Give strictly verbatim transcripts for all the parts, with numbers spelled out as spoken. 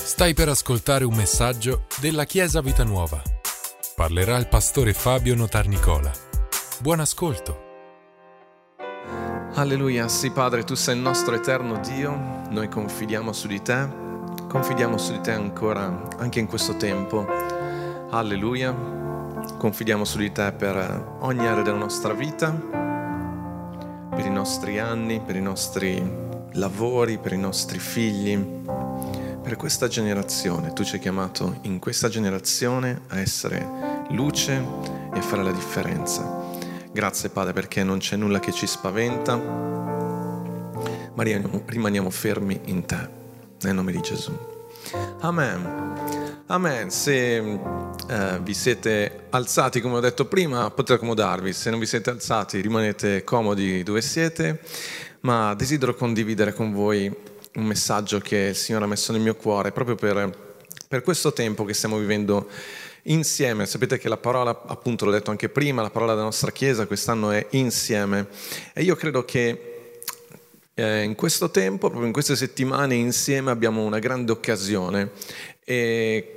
Stai per ascoltare un messaggio della Chiesa Vita Nuova. Parlerà il pastore Fabio Notarnicola. Buon ascolto. Alleluia, sì Padre, Tu sei il nostro eterno Dio, noi confidiamo su di Te, confidiamo su di Te ancora, anche in questo tempo. Alleluia, confidiamo su di Te per ogni area della nostra vita, per i nostri anni, per i nostri lavori, per i nostri figli. Per questa generazione, Tu ci hai chiamato in questa generazione a essere luce e a fare la differenza. Grazie Padre perché non c'è nulla che ci spaventa, ma rimaniamo fermi in Te, nel nome di Gesù. Amen. Amen. Se eh, vi siete alzati, come ho detto prima, potete accomodarvi. Se non vi siete alzati, rimanete comodi dove siete, ma desidero condividere con voi un messaggio che il Signore ha messo nel mio cuore proprio per, per questo tempo che stiamo vivendo insieme. Sapete che la parola, appunto l'ho detto anche prima, la parola della nostra Chiesa quest'anno è insieme, e io credo che eh, in questo tempo, proprio in queste settimane insieme abbiamo una grande occasione, e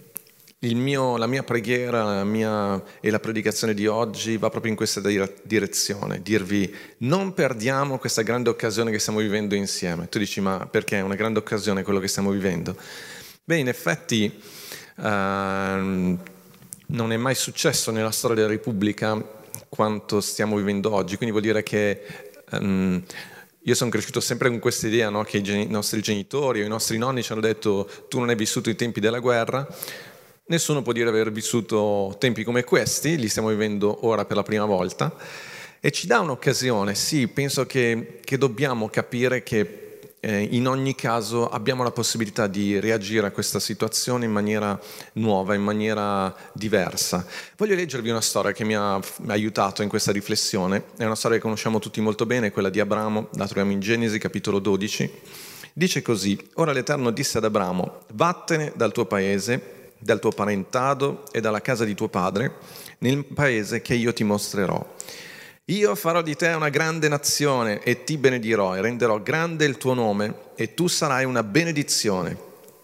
il mio, la mia preghiera la mia, e la predicazione di oggi va proprio in questa direzione, dirvi: non perdiamo questa grande occasione che stiamo vivendo insieme. Tu dici: ma perché è una grande occasione quello che stiamo vivendo? Beh, in effetti uh, non è mai successo nella storia della Repubblica quanto stiamo vivendo oggi, quindi vuol dire che um, io sono cresciuto sempre con questa idea, no? Che i, gen- i nostri genitori o i nostri nonni ci hanno detto: tu non hai vissuto i tempi della guerra. Nessuno può dire di aver vissuto tempi come questi, li stiamo vivendo ora per la prima volta, e ci dà un'occasione. Sì, penso che, che dobbiamo capire che eh, in ogni caso abbiamo la possibilità di reagire a questa situazione in maniera nuova, in maniera diversa. Voglio leggervi una storia che mi ha aiutato in questa riflessione. È una storia che conosciamo tutti molto bene, quella di Abramo, la troviamo in Genesi capitolo dodici. Dice così: ora l'Eterno disse ad Abramo: vattene dal tuo paese, dal tuo parentado e dalla casa di tuo padre, nel paese che io ti mostrerò. Io farò di te una grande nazione e ti benedirò e renderò grande il tuo nome e tu sarai una benedizione.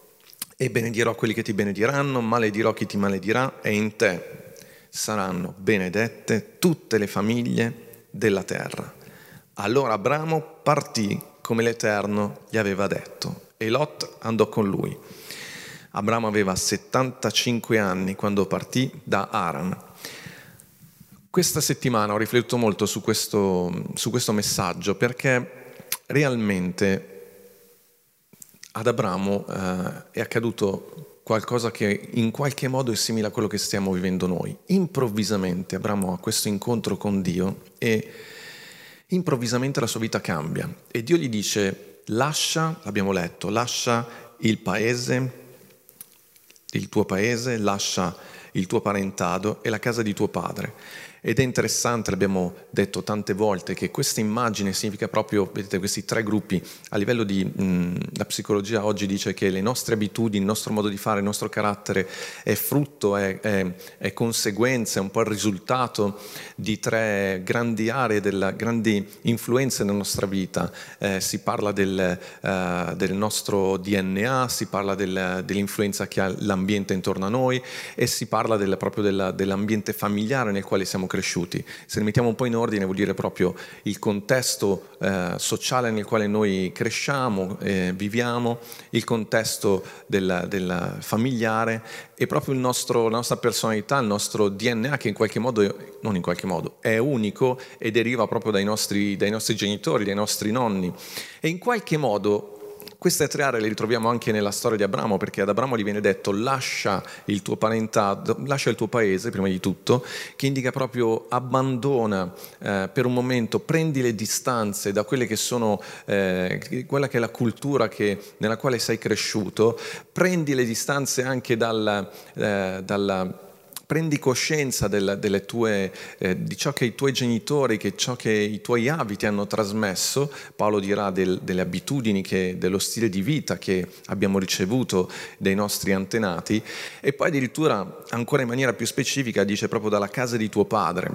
E benedirò quelli che ti benediranno, maledirò chi ti maledirà, e in te saranno benedette tutte le famiglie della terra. Allora Abramo partì come l'Eterno gli aveva detto, e Lot andò con lui. Abramo aveva settantacinque anni quando partì da Haran. Questa settimana ho riflettuto molto su questo, su questo messaggio, perché realmente ad Abramo eh, è accaduto qualcosa che in qualche modo è simile a quello che stiamo vivendo noi. Improvvisamente Abramo ha questo incontro con Dio e improvvisamente la sua vita cambia. E Dio gli dice: lascia, l'abbiamo letto, lascia il paese, il tuo paese, lascia il tuo parentado e la casa di tuo padre. Ed è interessante, l'abbiamo detto tante volte, che questa immagine significa proprio, vedete, questi tre gruppi. A livello di, mh, la psicologia oggi dice che le nostre abitudini, il nostro modo di fare, il nostro carattere è frutto, è, è, è conseguenza, è un po' il risultato di tre grandi aree, della, grandi influenze nella nostra vita. Eh, si parla del, uh, del nostro D N A, si parla del, dell'influenza che ha l'ambiente intorno a noi, e si parla del, proprio della, dell'ambiente familiare nel quale siamo cresciuti. Se li mettiamo un po' in ordine, vuol dire proprio il contesto eh, sociale nel quale noi cresciamo, eh, viviamo, il contesto del, del familiare, e proprio il nostro, la nostra personalità, il nostro D N A, che in qualche modo, non in qualche modo, è unico e deriva proprio dai nostri, dai nostri genitori, dai nostri nonni. E in qualche modo queste tre aree le ritroviamo anche nella storia di Abramo, perché ad Abramo gli viene detto: lascia il tuo parentado, lascia il tuo paese prima di tutto, che indica proprio abbandona eh, per un momento, prendi le distanze da quelle che sono eh, quella che è la cultura che, nella quale sei cresciuto, prendi le distanze anche dal, eh, dalla prendi coscienza delle, delle tue, eh, di ciò che i tuoi genitori, che ciò che i tuoi avi ti hanno trasmesso. Paolo dirà del, delle abitudini, che, dello stile di vita che abbiamo ricevuto dai nostri antenati, e poi addirittura ancora in maniera più specifica dice proprio dalla casa di tuo padre.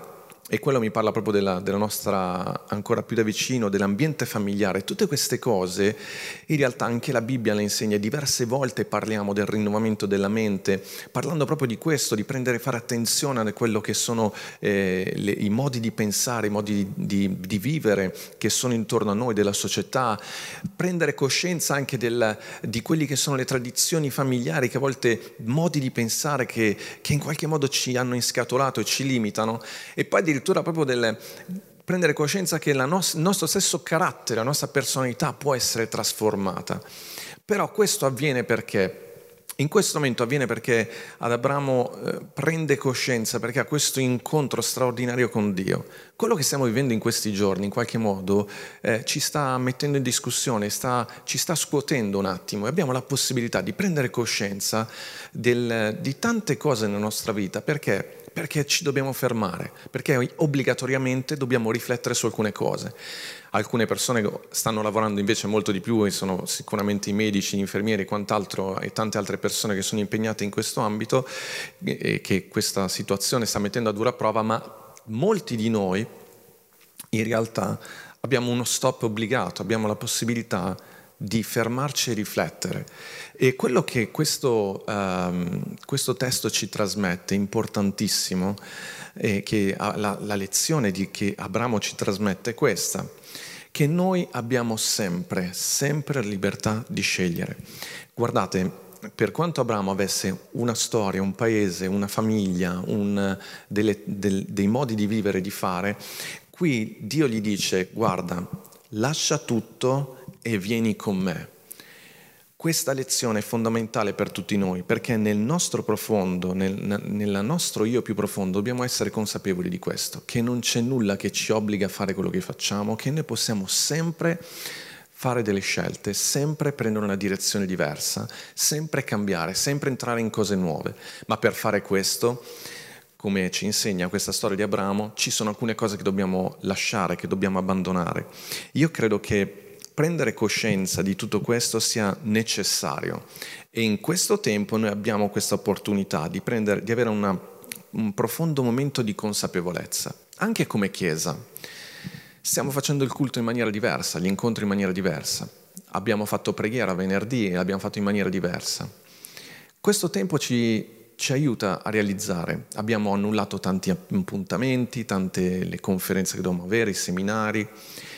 e quello mi parla proprio della, della nostra, ancora più da vicino, dell'ambiente familiare. Tutte queste cose, in realtà anche la Bibbia le insegna. Diverse volte parliamo del rinnovamento della mente, parlando proprio di questo, di prendere, fare attenzione a quello che sono eh, le, i modi di pensare, i modi di, di, di vivere che sono intorno a noi, della società, prendere coscienza anche del, di quelli che sono le tradizioni familiari, che a volte modi di pensare che, che in qualche modo ci hanno inscatolato e ci limitano, e poi addirittura proprio del prendere coscienza che la nos- il nostro stesso carattere, la nostra personalità può essere trasformata. Però questo avviene perché? In questo momento avviene perché ad Abramo eh, prende coscienza, perché ha questo incontro straordinario con Dio. Quello che stiamo vivendo in questi giorni, in qualche modo, eh, ci sta mettendo in discussione, sta, ci sta scuotendo un attimo, e abbiamo la possibilità di prendere coscienza del, di tante cose nella nostra vita. Perché? Perché ci dobbiamo fermare, perché obbligatoriamente dobbiamo riflettere su alcune cose. Alcune persone stanno lavorando invece molto di più, e sono sicuramente i medici, gli infermieri e quant'altro, e tante altre persone che sono impegnate in questo ambito, e che questa situazione sta mettendo a dura prova, ma molti di noi in realtà abbiamo uno stop obbligato, abbiamo la possibilità di fermarci e riflettere. E quello che questo, um, questo testo ci trasmette, importantissimo, e che la, la lezione di, che Abramo ci trasmette è questa: che noi abbiamo sempre, sempre la libertà di scegliere. Guardate, per quanto Abramo avesse una storia, un paese, una famiglia, un, delle, del, dei modi di vivere e di fare, qui Dio gli dice: guarda, lascia tutto e vieni con me. Questa lezione è fondamentale per tutti noi, perché nel nostro profondo, nel, nel nostro io più profondo, dobbiamo essere consapevoli di questo, che non c'è nulla che ci obbliga a fare quello che facciamo, che noi possiamo sempre fare delle scelte, sempre prendere una direzione diversa, sempre cambiare, sempre entrare in cose nuove. Ma per fare questo, come ci insegna questa storia di Abramo, ci sono alcune cose che dobbiamo lasciare, che dobbiamo abbandonare. Io credo che prendere coscienza di tutto questo sia necessario, e in questo tempo noi abbiamo questa opportunità di, prendere, di avere una, un profondo momento di consapevolezza, anche come Chiesa. Stiamo facendo il culto in maniera diversa, gli incontri in maniera diversa. Abbiamo fatto preghiera venerdì e l'abbiamo fatto in maniera diversa. Questo tempo ci, ci aiuta a realizzare. Abbiamo annullato tanti appuntamenti, tante le conferenze che dobbiamo avere, i seminari,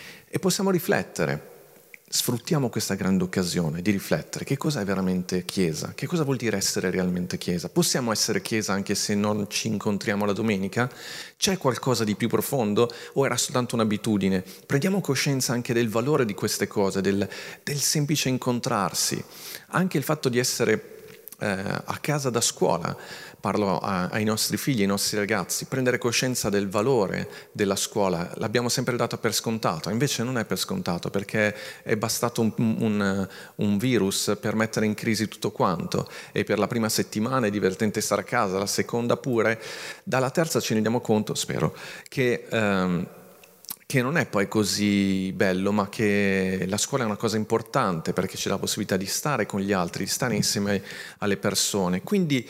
e possiamo riflettere. Sfruttiamo questa grande occasione di riflettere. Che cosa è veramente Chiesa? Che cosa vuol dire essere realmente Chiesa? Possiamo essere Chiesa anche se non ci incontriamo la domenica? C'è qualcosa di più profondo o era soltanto un'abitudine? Prendiamo coscienza anche del valore di queste cose, del, del semplice incontrarsi, anche il fatto di essere eh, a casa da scuola. Parlo a, ai nostri figli, ai nostri ragazzi, prendere coscienza del valore della scuola. L'abbiamo sempre dato per scontato, invece non è per scontato, perché è bastato un, un, un virus per mettere in crisi tutto quanto, e per la prima settimana è divertente stare a casa, la seconda pure, dalla terza ci rendiamo conto, spero, che... Um, che non è poi così bello, ma che la scuola è una cosa importante, perché c'è la possibilità di stare con gli altri, di stare insieme alle persone. Quindi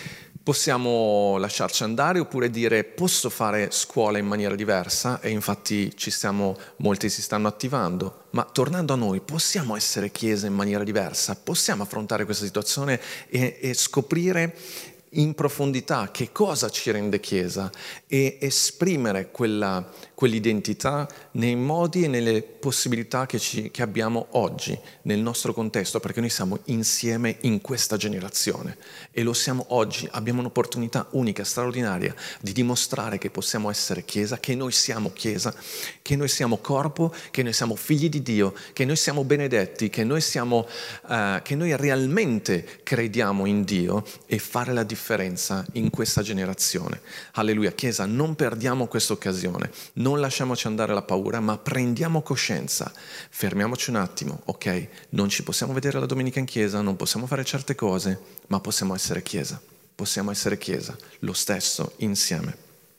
possiamo lasciarci andare, oppure dire: posso fare scuola in maniera diversa, e infatti ci stiamo, molti si stanno attivando. Ma tornando a noi, possiamo essere Chiesa in maniera diversa? Possiamo affrontare questa situazione e, e scoprire in profondità che cosa ci rende Chiesa, e esprimere quella, quell'identità nei modi e nelle possibilità che, ci, che abbiamo oggi nel nostro contesto, perché noi siamo insieme in questa generazione e lo siamo oggi. Abbiamo un'opportunità unica, straordinaria, di dimostrare che possiamo essere Chiesa, che noi siamo Chiesa, che noi siamo corpo, che noi siamo figli di Dio, che noi siamo benedetti, che noi, siamo, uh, che noi realmente crediamo in Dio, e fare la differenza in questa generazione. Alleluia. Chiesa, non perdiamo questa occasione, non lasciamoci andare alla paura, ma prendiamo coscienza, fermiamoci un attimo, ok? Non ci possiamo vedere la domenica in chiesa, non possiamo fare certe cose, ma possiamo essere Chiesa, possiamo essere Chiesa, lo stesso, insieme.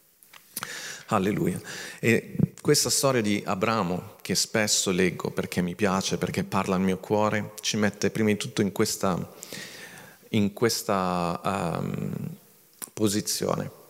Alleluia. E questa storia di Abramo, che spesso leggo perché mi piace, perché parla al mio cuore, ci mette prima di tutto in questa in questa um, posizione.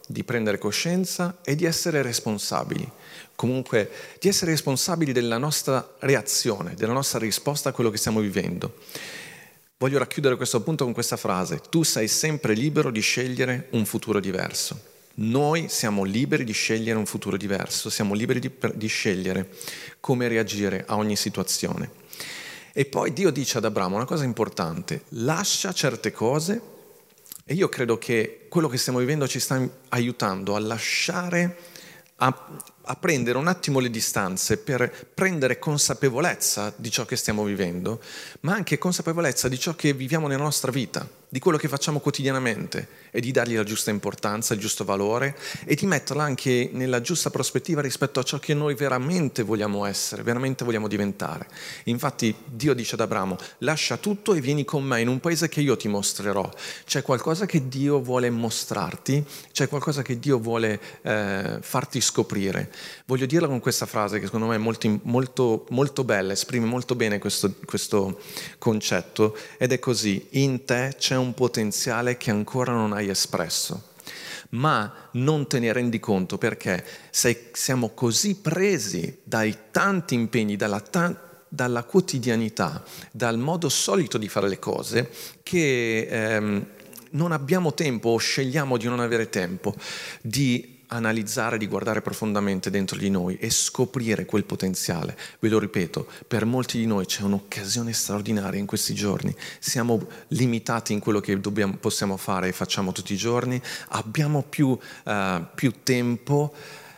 di prendere coscienza e di essere responsabili. Comunque, di essere responsabili della nostra reazione, della nostra risposta a quello che stiamo vivendo. Voglio racchiudere questo punto con questa frase: tu sei sempre libero di scegliere un futuro diverso. Noi siamo liberi di scegliere un futuro diverso, siamo liberi di, di scegliere come reagire a ogni situazione. E poi Dio dice ad Abramo una cosa importante: lascia certe cose, e io credo che quello che stiamo vivendo ci sta aiutando a lasciare, a, a prendere un attimo le distanze per prendere consapevolezza di ciò che stiamo vivendo, ma anche consapevolezza di ciò che viviamo nella nostra vita, di quello che facciamo quotidianamente, e di dargli la giusta importanza, il giusto valore, e di metterla anche nella giusta prospettiva rispetto a ciò che noi veramente vogliamo essere, veramente vogliamo diventare. Infatti Dio dice ad Abramo: lascia tutto e vieni con me in un paese che io ti mostrerò. C'è qualcosa che Dio vuole mostrarti, c'è qualcosa che Dio vuole eh, farti scoprire. Voglio dirla con questa frase che secondo me è molto, molto, molto bella, esprime molto bene questo, questo concetto, ed è così: in te c'è un potenziale che ancora non hai espresso, ma non te ne rendi conto perché sei, siamo così presi dai tanti impegni, dalla, ta, dalla quotidianità, dal modo solito di fare le cose, che ehm, non abbiamo tempo, o scegliamo di non avere tempo di analizzare, di guardare profondamente dentro di noi e scoprire quel potenziale. Ve lo ripeto, per molti di noi c'è un'occasione straordinaria in questi giorni. Siamo limitati in quello che dobbiamo, possiamo fare e facciamo tutti i giorni, abbiamo più, uh, più tempo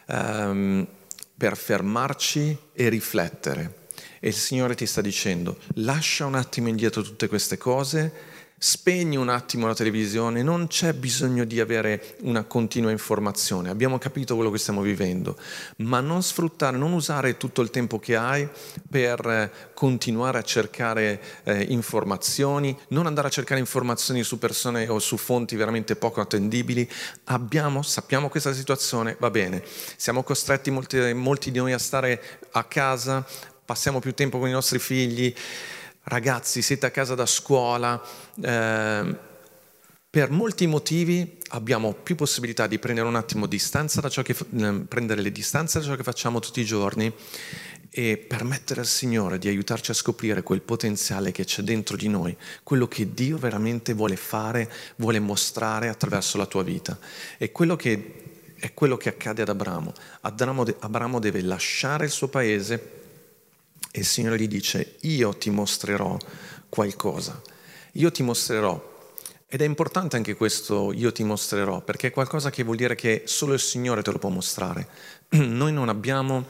um, per fermarci e riflettere. E il Signore ti sta dicendo: lascia un attimo indietro tutte queste cose, spegni un attimo la televisione, non c'è bisogno di avere una continua informazione, abbiamo capito quello che stiamo vivendo, ma non sfruttare, non usare tutto il tempo che hai per continuare a cercare eh, informazioni, non andare a cercare informazioni su persone o su fonti veramente poco attendibili. Abbiamo, sappiamo questa situazione, va bene, siamo costretti molti, molti di noi a stare a casa, passiamo più tempo con i nostri figli. Ragazzi, siete a casa da scuola, eh, per molti motivi abbiamo più possibilità di prendere un attimo distanza da ciò che, prendere le distanze da ciò che facciamo tutti i giorni e permettere al Signore di aiutarci a scoprire quel potenziale che c'è dentro di noi, quello che Dio veramente vuole fare, vuole mostrare attraverso la tua vita. E quello che, è quello che accade ad Abramo. Abramo, Abramo deve lasciare il suo paese, e il Signore gli dice: io ti mostrerò qualcosa, io ti mostrerò. Ed è importante anche questo io ti mostrerò, perché è qualcosa che vuol dire che solo il Signore te lo può mostrare. Noi non abbiamo,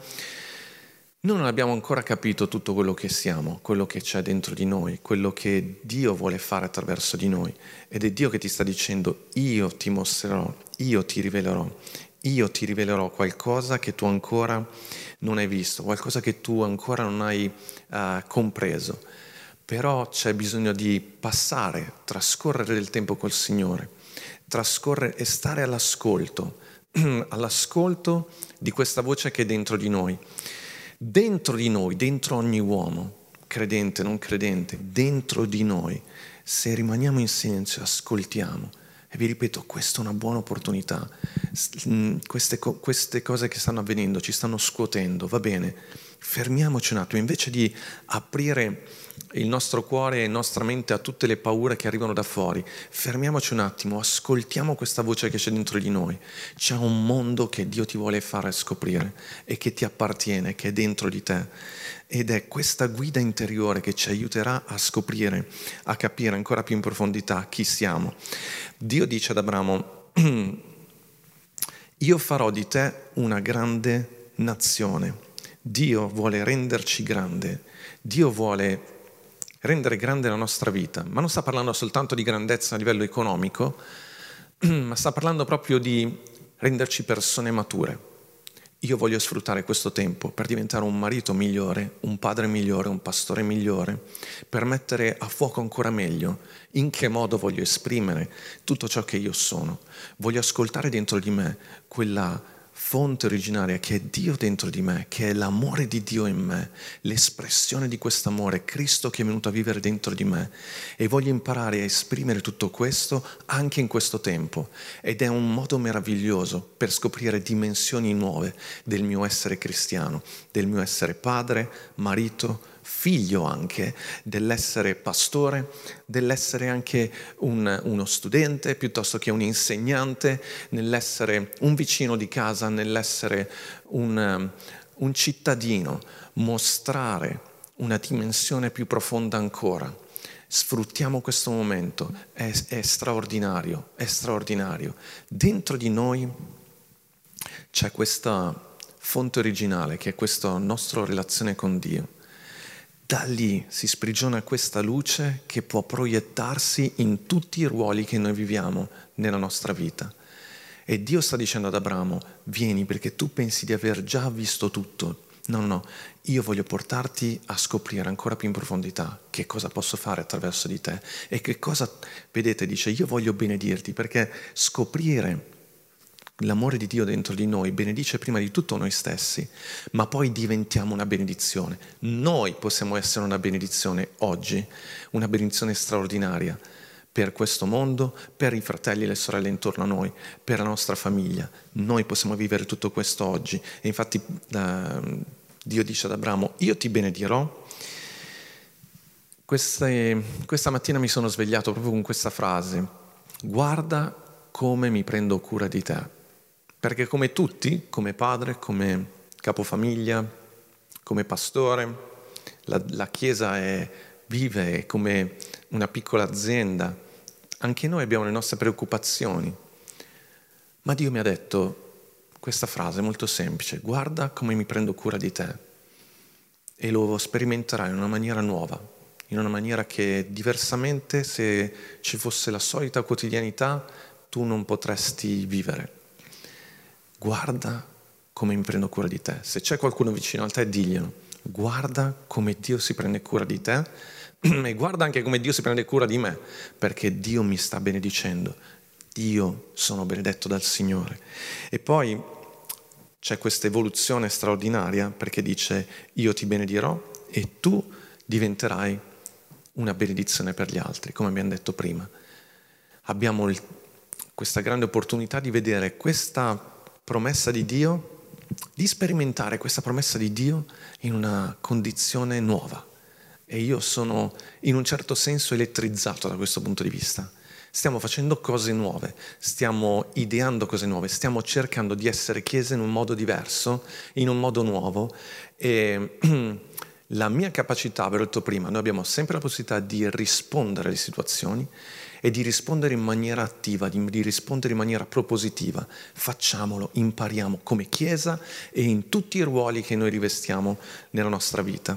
noi non abbiamo ancora capito tutto quello che siamo, quello che c'è dentro di noi, quello che Dio vuole fare attraverso di noi. Ed è Dio che ti sta dicendo: io ti mostrerò, io ti rivelerò, io ti rivelerò qualcosa che tu ancora non hai visto, qualcosa che tu ancora non hai uh, compreso. Però c'è bisogno di passare, trascorrere del tempo col Signore, trascorrere e stare all'ascolto, all'ascolto di questa voce che è dentro di noi. Dentro di noi, dentro ogni uomo, credente, non credente, dentro di noi, se rimaniamo in silenzio, ascoltiamo. E vi ripeto, questa è una buona opportunità. Queste, queste cose che stanno avvenendo ci stanno scuotendo, va bene, fermiamoci un attimo, invece di aprire il nostro cuore e la nostra mente a tutte le paure che arrivano da fuori, fermiamoci un attimo, ascoltiamo questa voce che c'è dentro di noi. C'è un mondo che Dio ti vuole fare scoprire e che ti appartiene, che è dentro di te, ed è questa guida interiore che ci aiuterà a scoprire, a capire ancora più in profondità chi siamo. Dio dice ad Abramo: io farò di te una grande nazione. Dio vuole renderci grande, Dio vuole rendere grande la nostra vita, ma non sta parlando soltanto di grandezza a livello economico, ma sta parlando proprio di renderci persone mature. Io voglio sfruttare questo tempo per diventare un marito migliore, un padre migliore, un pastore migliore, per mettere a fuoco ancora meglio in che modo voglio esprimere tutto ciò che io sono. Voglio ascoltare dentro di me quella fonte originaria, che è Dio dentro di me, che è l'amore di Dio in me, l'espressione di questo amore, Cristo che è venuto a vivere dentro di me, e voglio imparare a esprimere tutto questo anche in questo tempo, ed è un modo meraviglioso per scoprire dimensioni nuove del mio essere cristiano, del mio essere padre, marito, figlio anche, dell'essere pastore, dell'essere anche un, uno studente piuttosto che un insegnante, nell'essere un vicino di casa, nell'essere un, un cittadino, mostrare una dimensione più profonda ancora. Sfruttiamo questo momento, è, è straordinario, è straordinario. Dentro di noi c'è questa fonte originale che è questa nostra relazione con Dio. Da lì si sprigiona questa luce che può proiettarsi in tutti i ruoli che noi viviamo nella nostra vita. E Dio sta dicendo ad Abramo, vieni perché tu pensi di aver già visto tutto. No, no, no, io voglio portarti a scoprire ancora più in profondità che cosa posso fare attraverso di te. E che cosa, vedete, dice, io voglio benedirti perché scoprire l'amore di Dio dentro di noi benedice prima di tutto noi stessi, ma poi diventiamo una benedizione. Noi possiamo essere una benedizione oggi, una benedizione straordinaria per questo mondo, per i fratelli e le sorelle intorno a noi, per la nostra famiglia. Noi possiamo vivere tutto questo oggi. E infatti uh, Dio dice ad Abramo, io ti benedirò. Queste, questa mattina mi sono svegliato proprio con questa frase, guarda come mi prendo cura di te. Perché come tutti, come padre, come capofamiglia, come pastore, la, la Chiesa è, vive è come una piccola azienda. Anche noi abbiamo le nostre preoccupazioni. Ma Dio mi ha detto questa frase molto semplice, guarda come mi prendo cura di te. E lo sperimenterai in una maniera nuova, in una maniera che diversamente, se ci fosse la solita quotidianità, tu non potresti vivere. Guarda come mi prendo cura di te. Se c'è qualcuno vicino a te, diglielo. Guarda come Dio si prende cura di te e guarda anche come Dio si prende cura di me, perché Dio mi sta benedicendo. Io sono benedetto dal Signore. E poi c'è questa evoluzione straordinaria perché dice io ti benedirò e tu diventerai una benedizione per gli altri, come abbiamo detto prima. Abbiamo il, questa grande opportunità di vedere questa promessa di Dio, di sperimentare questa promessa di Dio in una condizione nuova. E io sono in un certo senso elettrizzato da questo punto di vista. Stiamo facendo cose nuove, stiamo ideando cose nuove, stiamo cercando di essere chiesa in un modo diverso, in un modo nuovo. E la mia capacità, ve l'ho detto prima, noi abbiamo sempre la possibilità di rispondere alle situazioni e di rispondere in maniera attiva, di, di rispondere in maniera propositiva. Facciamolo, impariamo come Chiesa e in tutti i ruoli che noi rivestiamo nella nostra vita.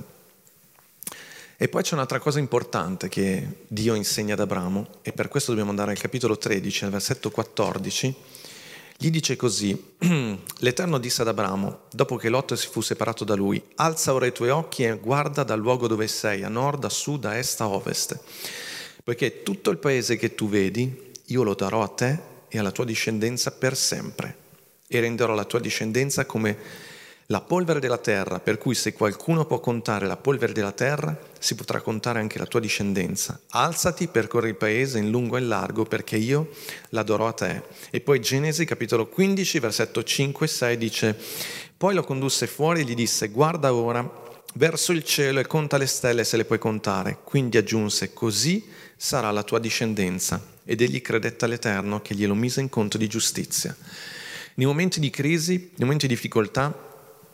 E poi c'è un'altra cosa importante che Dio insegna ad Abramo, e per questo dobbiamo andare al capitolo tredici, al versetto quattordici. Gli dice così, l'Eterno disse ad Abramo, dopo che Lot si fu separato da lui, alza ora i tuoi occhi e guarda dal luogo dove sei, a nord, a sud, a est, a ovest. Poiché tutto il paese che tu vedi, io lo darò a te e alla tua discendenza per sempre. E renderò la tua discendenza come la polvere della terra, per cui se qualcuno può contare la polvere della terra, si potrà contare anche la tua discendenza. Alzati, percorri il paese in lungo e in largo, perché io la darò a te. E poi Genesi, capitolo quindici, versetto cinque e sei, dice, poi lo condusse fuori e gli disse, guarda ora verso il cielo e conta le stelle se le puoi contare. Quindi aggiunse, così sarà la tua discendenza. Ed egli credette all'Eterno che glielo mise in conto di giustizia. Nei momenti di crisi, nei momenti di difficoltà,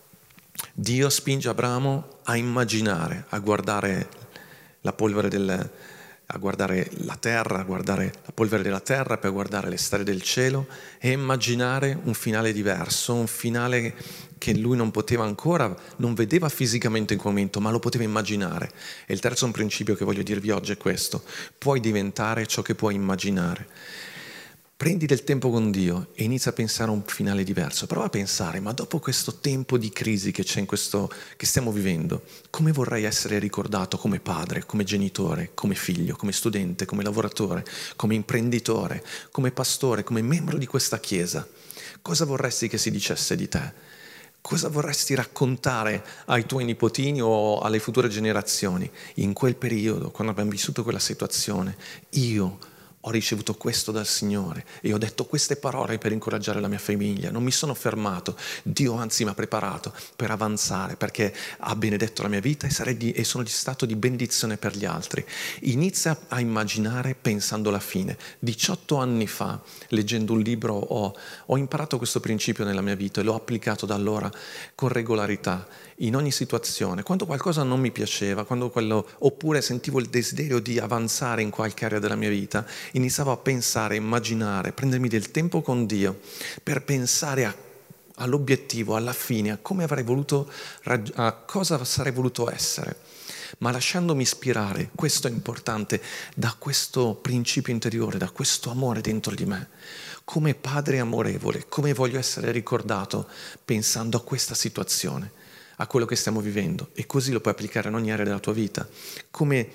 Dio spinge Abramo a immaginare, a guardare la polvere del, a guardare la terra, a guardare la polvere della terra, per guardare le stelle del cielo e immaginare un finale diverso, un finale che lui non poteva ancora, non vedeva fisicamente in quel momento, ma lo poteva immaginare. E il terzo principio che voglio dirvi oggi è questo: puoi diventare ciò che puoi immaginare. Prendi del tempo con Dio e inizia a pensare a un finale diverso. Prova a pensare, ma dopo questo tempo di crisi che c'è in questo, che stiamo vivendo, come vorrei essere ricordato come padre, come genitore, come figlio, come studente, come lavoratore, come imprenditore, come pastore, come membro di questa chiesa? Cosa vorresti che si dicesse di te? Cosa vorresti raccontare ai tuoi nipotini o alle future generazioni? In quel periodo, quando abbiamo vissuto quella situazione, io ho ricevuto questo dal Signore e ho detto queste parole per incoraggiare la mia famiglia. Non mi sono fermato. Dio anzi mi ha preparato per avanzare, perché ha benedetto la mia vita e, sarei di, e sono di stato di benedizione per gli altri. Inizia a immaginare pensando alla fine. diciotto anni fa, leggendo un libro, ho, ho imparato questo principio nella mia vita e l'ho applicato da allora con regolarità. In ogni situazione, quando qualcosa non mi piaceva, quando quello, oppure sentivo il desiderio di avanzare in qualche area della mia vita, iniziavo a pensare, immaginare, prendermi del tempo con Dio per pensare a, all'obiettivo, alla fine, a come avrei voluto, a cosa sarei voluto essere, ma lasciandomi ispirare, questo è importante, da questo principio interiore, da questo amore dentro di me. Come padre amorevole, come voglio essere ricordato pensando a questa situazione, a quello che stiamo vivendo, e così lo puoi applicare in ogni area della tua vita, come,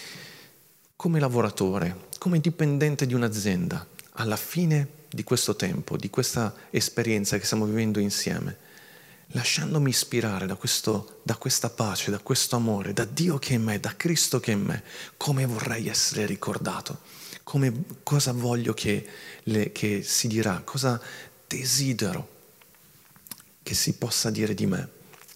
come lavoratore, come dipendente di un'azienda. Alla fine di questo tempo, di questa esperienza che stiamo vivendo insieme, lasciandomi ispirare da, questo, da questa pace, da questo amore, da Dio che è in me, da Cristo che è in me, come vorrei essere ricordato, come, cosa voglio che, le, che si dirà, cosa desidero che si possa dire di me.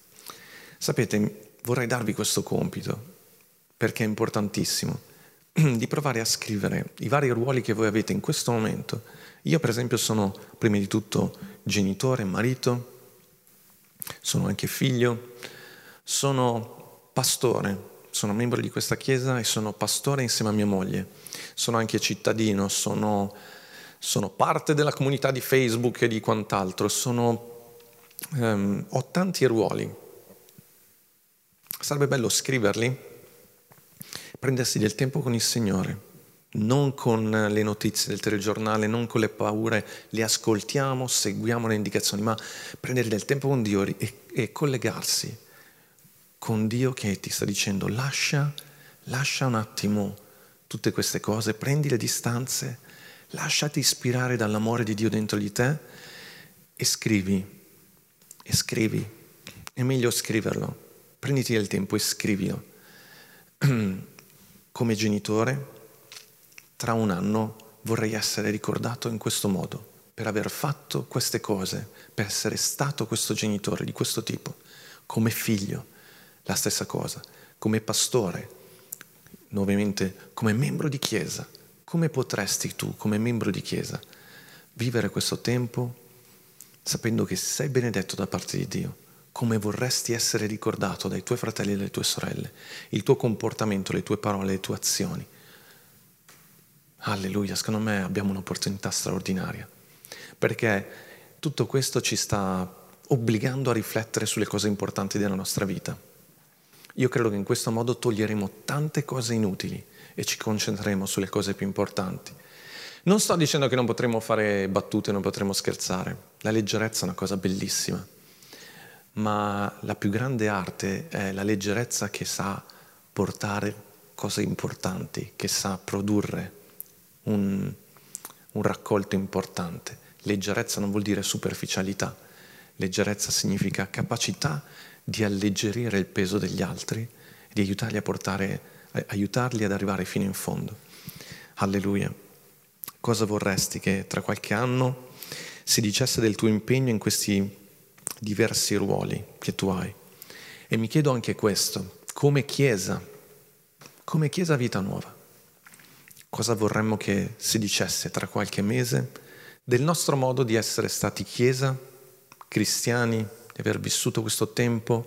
Sapete, vorrei darvi questo compito, perché è importantissimo, di provare a scrivere i vari ruoli che voi avete in questo momento. Io per esempio sono prima di tutto genitore, marito, sono anche figlio, sono pastore, sono membro di questa chiesa e sono pastore insieme a mia moglie, sono anche cittadino, sono, sono parte della comunità di Facebook e di quant'altro, sono, um, ho tanti ruoli. Sarebbe bello scriverli, prendersi del tempo con il Signore, non con le notizie del telegiornale, non con le paure, le ascoltiamo, seguiamo le indicazioni, ma prendere del tempo con Dio e, e collegarsi con Dio che ti sta dicendo lascia, lascia un attimo tutte queste cose, prendi le distanze, lasciati ispirare dall'amore di Dio dentro di te e scrivi, e scrivi, è meglio scriverlo. Prenditi del tempo e scrivilo. Come genitore, tra un anno vorrei essere ricordato in questo modo, per aver fatto queste cose, per essere stato questo genitore di questo tipo. Come figlio, la stessa cosa. Come pastore, nuovamente come membro di chiesa. Come potresti tu, come membro di chiesa, vivere questo tempo sapendo che sei benedetto da parte di Dio? Come vorresti essere ricordato dai tuoi fratelli e dalle tue sorelle, il tuo comportamento, le tue parole, le tue azioni. Alleluia, secondo me abbiamo un'opportunità straordinaria, perché tutto questo ci sta obbligando a riflettere sulle cose importanti della nostra vita. Io credo che in questo modo toglieremo tante cose inutili e ci concentreremo sulle cose più importanti. Non sto dicendo che non potremo fare battute, non potremo scherzare. La leggerezza è una cosa bellissima. Ma la più grande arte è la leggerezza che sa portare cose importanti, che sa produrre un, un raccolto importante. Leggerezza non vuol dire superficialità, leggerezza significa capacità di alleggerire il peso degli altri e di aiutarli a portare, aiutarli ad arrivare fino in fondo. Alleluia. Cosa vorresti che tra qualche anno si dicesse del tuo impegno in questi diversi ruoli che tu hai? E mi chiedo anche questo, come Chiesa, come Chiesa Vita Nuova, cosa vorremmo che si dicesse tra qualche mese del nostro modo di essere stati Chiesa, cristiani, di aver vissuto questo tempo?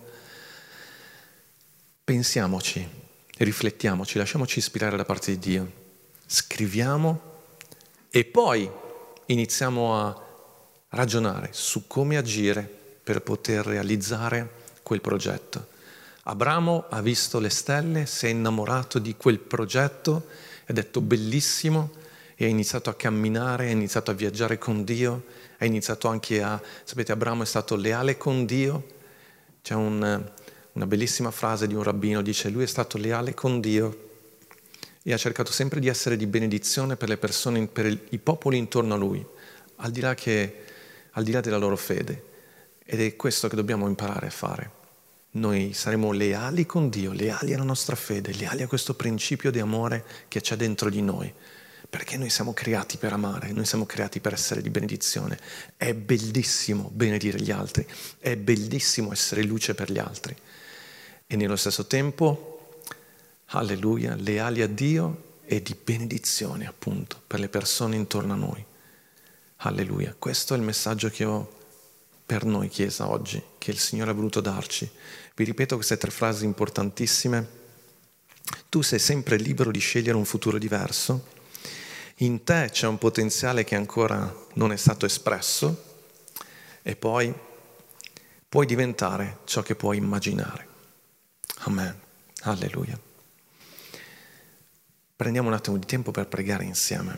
Pensiamoci, riflettiamoci, lasciamoci ispirare da parte di Dio, scriviamo e poi iniziamo a ragionare su come agire per poter realizzare quel progetto. Abramo ha visto le stelle, si è innamorato di quel progetto e ha detto bellissimo, e hai iniziato a camminare, hai iniziato a viaggiare con Dio, hai iniziato anche a... Sapete, Abramo è stato leale con Dio. C'è un, una bellissima frase di un rabbino, dice: lui è stato leale con Dio e ha cercato sempre di essere di benedizione per le persone, per i popoli intorno a lui, al di là, che, al di là della loro fede. Ed è questo che dobbiamo imparare a fare. Noi saremo leali con Dio, leali alla nostra fede, leali a questo principio di amore che c'è dentro di noi. Perché noi siamo creati per amare, noi siamo creati per essere di benedizione. È bellissimo benedire gli altri, è bellissimo essere luce per gli altri. E nello stesso tempo, alleluia, leali a Dio e di benedizione appunto per le persone intorno a noi. Alleluia, questo è il messaggio che ho per noi Chiesa oggi, che il Signore ha voluto darci. Vi ripeto queste tre frasi importantissime. Tu sei sempre libero di scegliere un futuro diverso. In te c'è un potenziale che ancora non è stato espresso e poi puoi diventare ciò che puoi immaginare. Amen. Alleluia. Prendiamo un attimo di tempo per pregare insieme.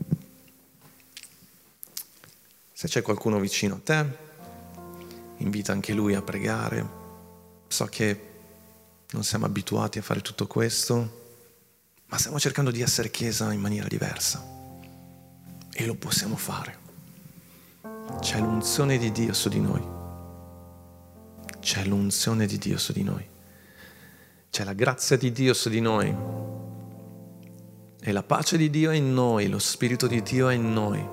Se c'è qualcuno vicino a te, invita anche lui a pregare. So che non siamo abituati a fare tutto questo, ma stiamo cercando di essere Chiesa in maniera diversa. E lo possiamo fare. C'è l'unzione di Dio su di noi. C'è l'unzione di Dio su di noi. C'è la grazia di Dio su di noi. E la pace di Dio è in noi, lo Spirito di Dio è in noi.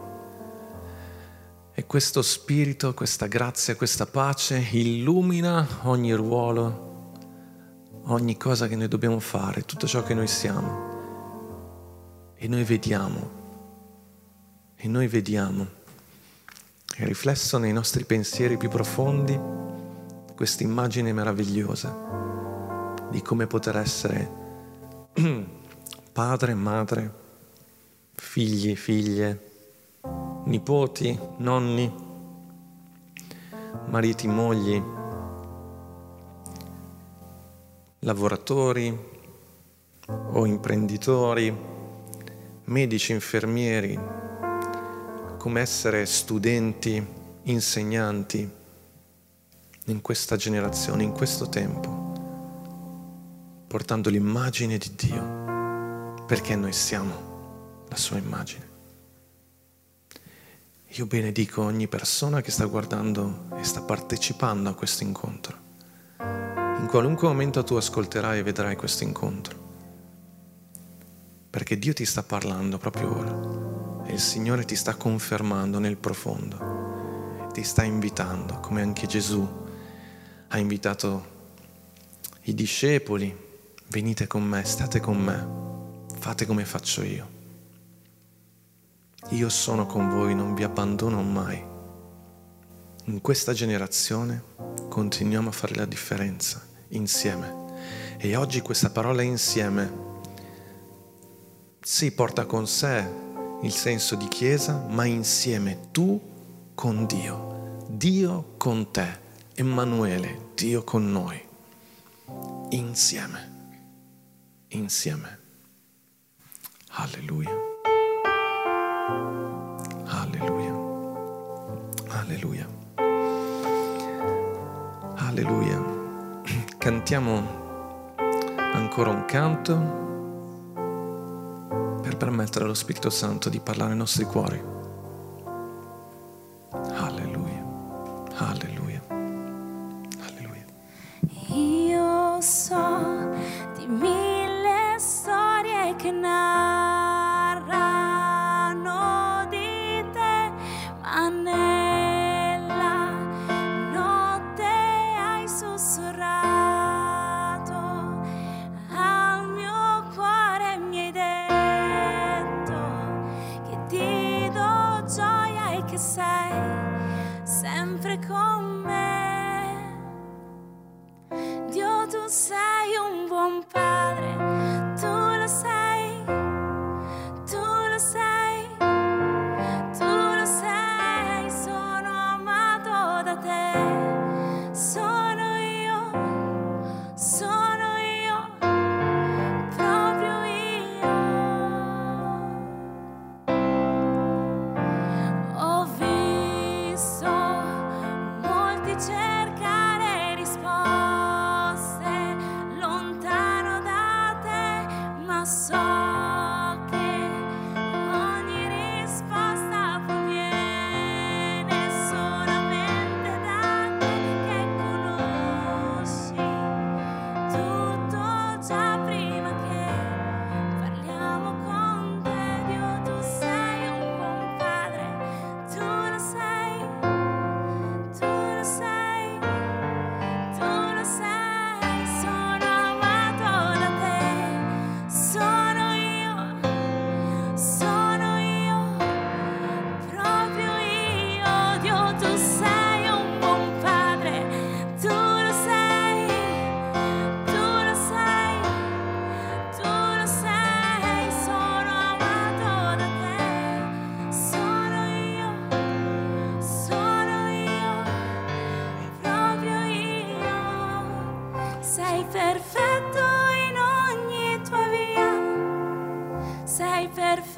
E questo Spirito, questa grazia, questa pace illumina ogni ruolo, ogni cosa che noi dobbiamo fare, tutto ciò che noi siamo. E noi vediamo. E noi vediamo, è riflesso nei nostri pensieri più profondi, questa immagine meravigliosa di come poter essere padre, madre, figli, figlie, nipoti, nonni, mariti, mogli, lavoratori o imprenditori, medici, infermieri, come essere studenti, insegnanti in questa generazione, in questo tempo, portando l'immagine di Dio, perché noi siamo la sua immagine. Io benedico ogni persona che sta guardando e sta partecipando a questo incontro. In qualunque momento tu ascolterai e vedrai questo incontro, perché Dio ti sta parlando proprio ora. E il Signore ti sta confermando nel profondo, ti sta invitando, come anche Gesù ha invitato i discepoli: venite con me, state con me, fate come faccio io. Io sono con voi, non vi abbandono mai. In questa generazione continuiamo a fare la differenza insieme. E oggi questa parola insieme si porta con sé il senso di Chiesa, ma insieme, tu con Dio, Dio con te, Emanuele, Dio con noi, insieme, insieme. Alleluia, alleluia, alleluia, alleluia. Cantiamo ancora un canto per permettere allo Spirito Santo di parlare ai nostri cuori. Alleluia, alleluia, alleluia. Io so di mille storie che narrano di te, ma nella notte hai sussurrato al mio cuore, mi hai detto che ti do gioia e che sei sempre con me. Dio, tu sei un buon padre, tu lo sei, tu lo sei, tu lo sei, sono amato da te, sono io, sono io, proprio io.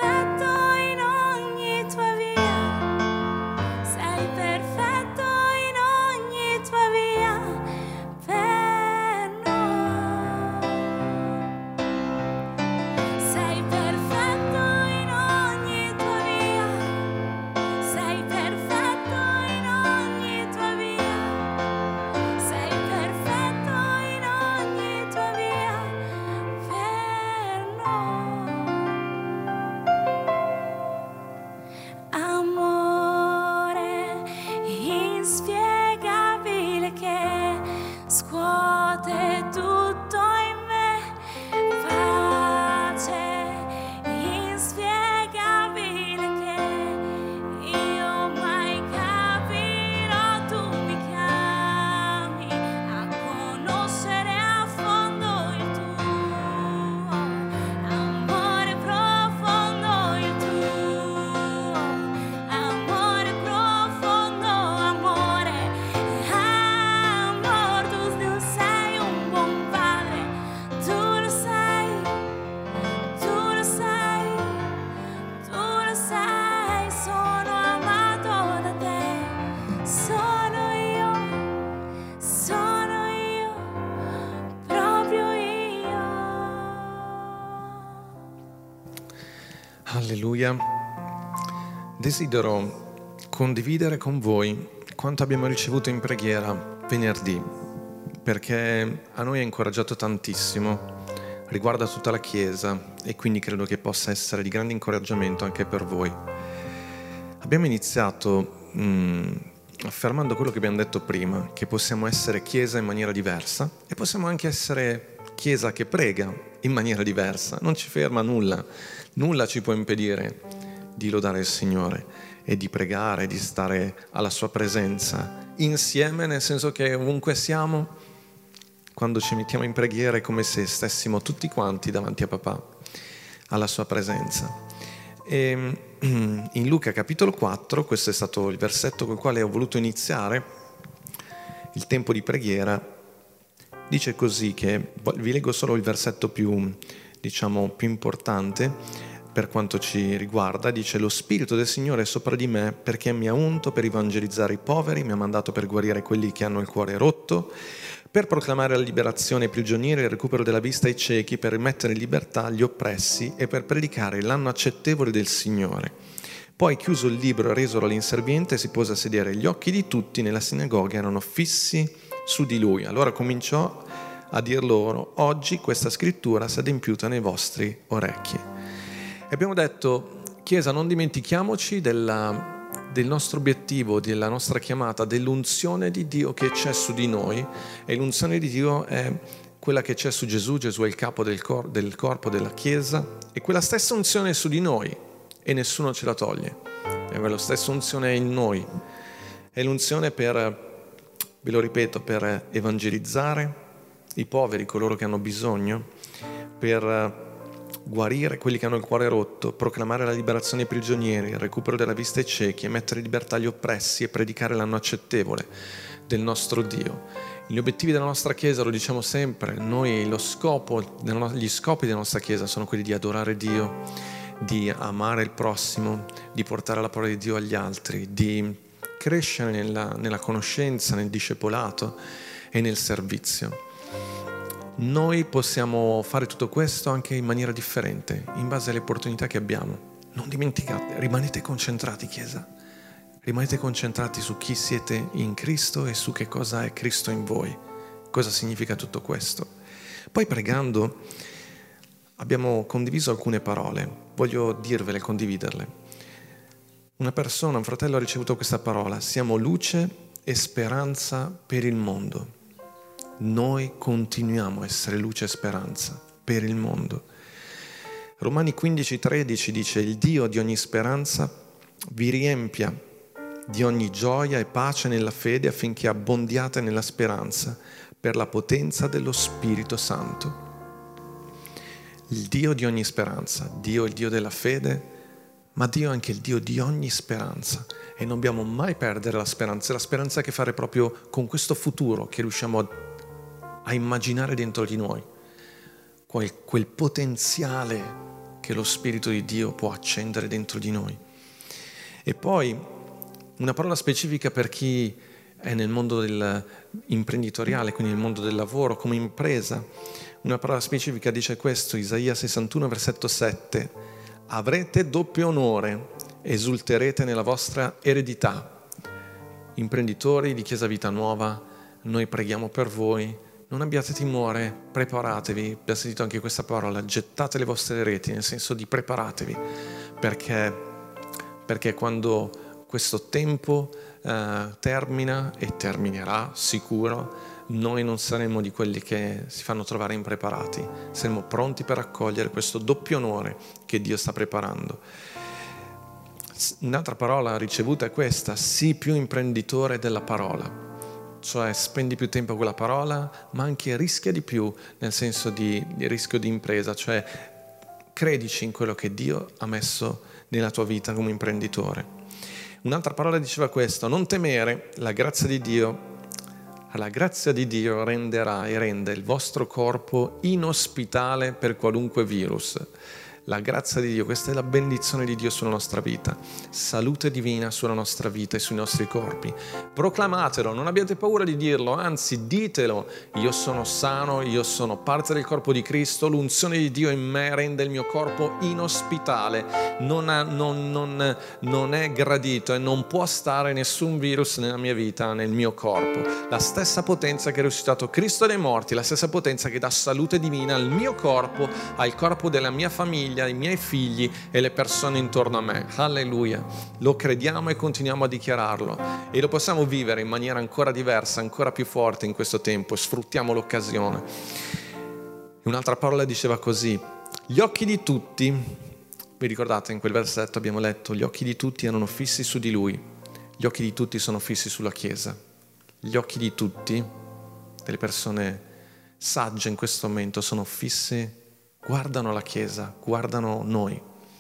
perfetto in ogni tua via, sei perfetto in ogni tua via per noi. Sei perfetto in ogni tua via, sei perfetto in ogni tua via, sei perfetto in ogni tua via per noi. Amore inspiegabile che scuote tutto in me, pace inspiegabile che io mai capirò. Tu mi chiami a conoscere a fondo il tuo amore profondo, il tuo amore profondo, amore, amor. Tu sei un buon padre, tu lo sai, tu lo sai, tu lo sai, sono amato da te, sono io, sono io, proprio io. Alleluia. Desidero condividere con voi quanto abbiamo ricevuto in preghiera venerdì, perché a noi ha incoraggiato tantissimo, riguarda tutta la Chiesa e quindi credo che possa essere di grande incoraggiamento anche per voi. Abbiamo iniziato mh, affermando quello che abbiamo detto prima, che possiamo essere Chiesa in maniera diversa e possiamo anche essere Chiesa che prega in maniera diversa. Non ci ferma nulla, nulla ci può impedire di lodare il Signore e di pregare, di stare alla sua presenza insieme, nel senso che ovunque siamo, quando ci mettiamo in preghiera è come se stessimo tutti quanti davanti a papà, alla sua presenza. E in Luca capitolo quattro, questo è stato il versetto col quale ho voluto iniziare il tempo di preghiera, dice così, che vi leggo solo il versetto più, diciamo, più importante per quanto ci riguarda. Dice: lo Spirito del Signore è sopra di me perché mi ha unto per evangelizzare i poveri, mi ha mandato per guarire quelli che hanno il cuore rotto, per proclamare la liberazione ai prigionieri e il recupero della vista ai ciechi, per mettere in libertà gli oppressi e per predicare l'anno accettevole del Signore. Poi, chiuso il libro e resolo all'inserviente, si pose a sedere. Gli occhi di tutti nella sinagoga erano fissi su di lui. Allora cominciò a dir loro: oggi questa scrittura si è adempiuta nei vostri orecchi. E abbiamo detto: Chiesa, non dimentichiamoci della, del nostro obiettivo, della nostra chiamata, dell'unzione di Dio che c'è su di noi. E l'unzione di Dio è quella che c'è su Gesù. Gesù è il capo del, cor- del corpo della Chiesa, e quella stessa unzione è su di noi e nessuno ce la toglie. E quella stessa unzione è in noi. È l'unzione per, ve lo ripeto, per evangelizzare i poveri, coloro che hanno bisogno, per guarire quelli che hanno il cuore rotto, proclamare la liberazione ai prigionieri, il recupero della vista ai ciechi, e mettere in libertà gli oppressi e predicare l'anno accettevole del nostro Dio. Gli obiettivi della nostra Chiesa, lo diciamo sempre, noi lo scopo, gli scopi della nostra Chiesa sono quelli di adorare Dio, di amare il prossimo, di portare la parola di Dio agli altri, di crescere nella, nella conoscenza, nel discepolato e nel servizio. Noi possiamo fare tutto questo anche in maniera differente, in base alle opportunità che abbiamo. Non dimenticate, rimanete concentrati, Chiesa. Rimanete concentrati su chi siete in Cristo e su che cosa è Cristo in voi. Cosa significa tutto questo? Poi, pregando, abbiamo condiviso alcune parole. Voglio dirvele, condividerle. Una persona, un fratello ha ricevuto questa parola: siamo luce e speranza per il mondo. Noi continuiamo a essere luce e speranza per il mondo. Romani quindici tredici dice: il Dio di ogni speranza vi riempia di ogni gioia e pace nella fede, affinché abbondiate nella speranza per la potenza dello Spirito Santo. Il Dio di ogni speranza, Dio è il Dio della fede, ma Dio è anche il Dio di ogni speranza, e non dobbiamo mai perdere la speranza. La speranza ha a che fare proprio con questo futuro che riusciamo a, a immaginare dentro di noi, quel, quel potenziale che lo Spirito di Dio può accendere dentro di noi. E poi una parola specifica per chi è nel mondo del imprenditoriale, quindi nel mondo del lavoro, come impresa. Una parola specifica dice questo, Isaia sessantuno, versetto sette: avrete doppio onore, esulterete nella vostra eredità. Imprenditori di Chiesa Vita Nuova, noi preghiamo per voi, non abbiate timore, preparatevi, abbiamo sentito anche questa parola, gettate le vostre reti, nel senso di preparatevi, perché, perché quando questo tempo eh, termina e terminerà sicuro, noi non saremo di quelli che si fanno trovare impreparati, saremo pronti per accogliere questo doppio onore che Dio sta preparando. Un'altra parola ricevuta è questa: sii più imprenditore della parola, cioè spendi più tempo con la parola, ma anche rischia di più, nel senso di, di rischio di impresa, cioè credici in quello che Dio ha messo nella tua vita come imprenditore. Un'altra parola diceva questo: non temere, la grazia di Dio, la grazia di Dio renderà e rende il vostro corpo inospitale per qualunque virus. La grazia di Dio, questa è la benedizione di Dio sulla nostra vita, salute divina sulla nostra vita e sui nostri corpi. Proclamatelo, non abbiate paura di dirlo, anzi ditelo: io sono sano, io sono parte del corpo di Cristo, l'unzione di Dio in me rende il mio corpo inospitale, non, ha, non, non, non è gradito e non può stare nessun virus nella mia vita, nel mio corpo. La stessa potenza che ha risuscitato Cristo dai morti, la stessa potenza che dà salute divina al mio corpo, al corpo della mia famiglia, ai miei figli e le persone intorno a me. Alleluia, lo crediamo e continuiamo a dichiararlo e lo possiamo vivere in maniera ancora diversa, ancora più forte in questo tempo. Sfruttiamo l'occasione. Un'altra parola diceva così: gli occhi di tutti, vi ricordate in quel versetto abbiamo letto, gli occhi di tutti erano fissi su di lui, gli occhi di tutti sono fissi sulla Chiesa. Gli occhi di tutti, delle persone sagge in questo momento, sono fissi, guardano la Chiesa, guardano noi.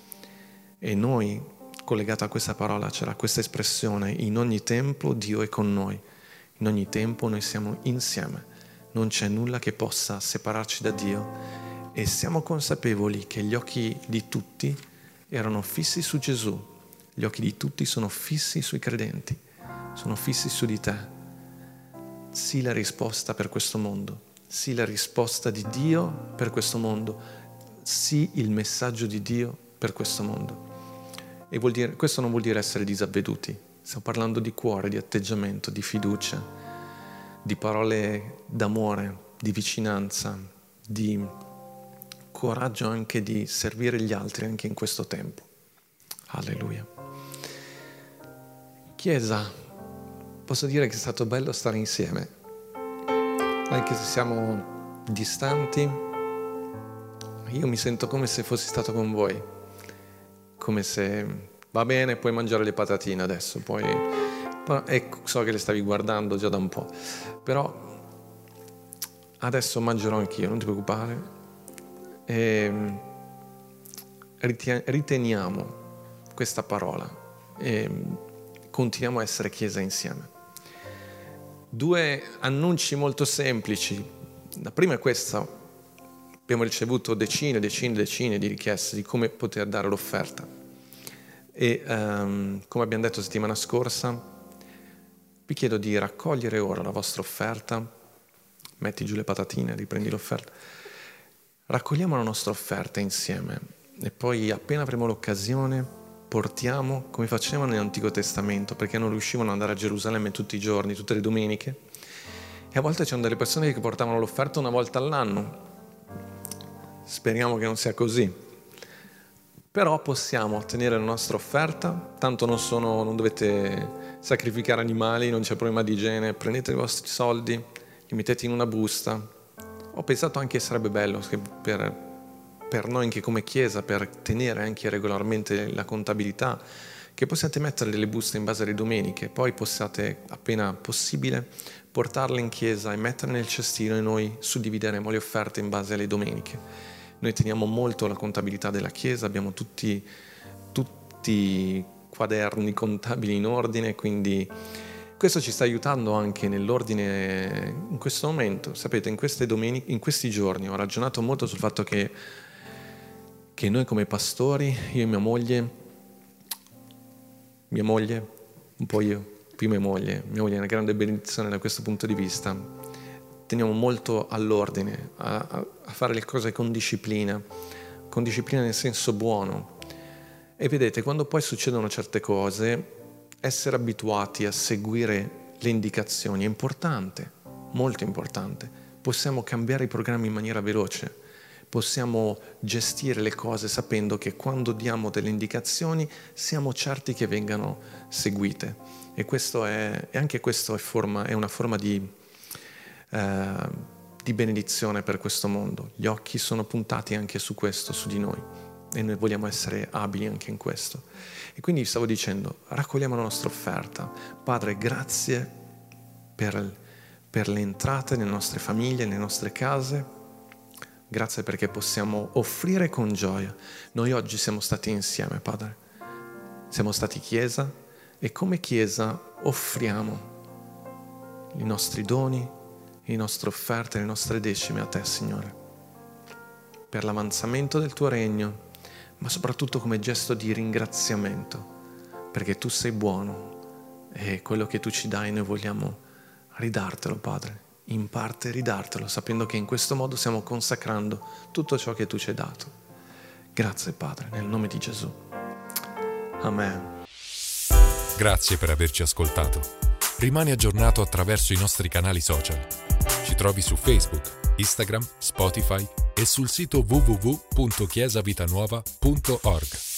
E noi, collegato a questa parola, c'era questa espressione: in ogni tempo Dio è con noi, in ogni tempo noi siamo insieme, non c'è nulla che possa separarci da Dio e siamo consapevoli che gli occhi di tutti erano fissi su Gesù, gli occhi di tutti sono fissi sui credenti, sono fissi su di te. Sii la risposta per questo mondo. Sii la risposta di Dio per questo mondo, sii il messaggio di Dio per questo mondo. E vuol dire, questo non vuol dire essere disavveduti, stiamo parlando di cuore, di atteggiamento, di fiducia, di parole d'amore, di vicinanza, di coraggio anche di servire gli altri anche in questo tempo. Alleluia. Chiesa, posso dire che è stato bello stare insieme. Anche se siamo distanti, io mi sento come se fossi stato con voi, come se va bene, puoi mangiare le patatine adesso, poi ecco, so che le stavi guardando già da un po', però adesso mangerò anch'io, non ti preoccupare, e riteniamo questa parola e continuiamo a essere Chiesa insieme. Due annunci molto semplici. La prima è questa: abbiamo ricevuto decine, decine, decine di richieste di come poter dare l'offerta e um, come abbiamo detto settimana scorsa, vi chiedo di raccogliere ora la vostra offerta. Metti giù le patatine, riprendi l'offerta. Raccogliamo la nostra offerta insieme e poi appena avremo l'occasione portiamo, come facevano nell'Antico Testamento, perché non riuscivano ad andare a Gerusalemme tutti i giorni, tutte le domeniche, e a volte c'erano delle persone che portavano l'offerta una volta all'anno. Speriamo che non sia così, però possiamo ottenere la nostra offerta, tanto non sono, non dovete sacrificare animali, non c'è problema di igiene, prendete i vostri soldi, li mettete in una busta. Ho pensato anche che sarebbe bello che per per noi anche come Chiesa, per tenere anche regolarmente la contabilità, che possiate mettere delle buste in base alle domeniche, poi possiate, appena possibile, portarle in Chiesa e metterle nel cestino e noi suddivideremo le offerte in base alle domeniche. Noi teniamo molto la contabilità della Chiesa, abbiamo tutti, tutti i quaderni contabili in ordine, quindi questo ci sta aiutando anche nell'ordine in questo momento. Sapete, in queste domeniche, in questi giorni ho ragionato molto sul fatto che che noi come pastori, io e mia moglie, mia moglie, un po' io, più mia moglie, mia moglie è una grande benedizione da questo punto di vista, teniamo molto all'ordine, a, a fare le cose con disciplina, con disciplina nel senso buono. E vedete, quando poi succedono certe cose, essere abituati a seguire le indicazioni è importante, molto importante. Possiamo cambiare i programmi in maniera veloce, possiamo gestire le cose sapendo che quando diamo delle indicazioni siamo certi che vengano seguite. E questo è, e anche questo è, forma, è una forma di, eh, di benedizione per questo mondo. Gli occhi sono puntati anche su questo, su di noi, e noi vogliamo essere abili anche in questo. E quindi stavo dicendo, raccogliamo la nostra offerta. Padre, grazie per, per le entrate nelle nostre famiglie, nelle nostre case. Grazie perché possiamo offrire con gioia. Noi oggi siamo stati insieme, Padre. Siamo stati Chiesa e come Chiesa offriamo i nostri doni, le nostre offerte, le nostre decime a Te, Signore, per l'avanzamento del Tuo regno, ma soprattutto come gesto di ringraziamento, perché Tu sei buono e quello che Tu ci dai noi vogliamo ridartelo, Padre. In parte ridartelo, sapendo che in questo modo stiamo consacrando tutto ciò che Tu ci hai dato. Grazie Padre, nel nome di Gesù. Amen. Grazie per averci ascoltato. Rimani aggiornato attraverso i nostri canali social. Ci trovi su Facebook, Instagram, Spotify e sul sito w w w punto chiesa vitanuova punto org.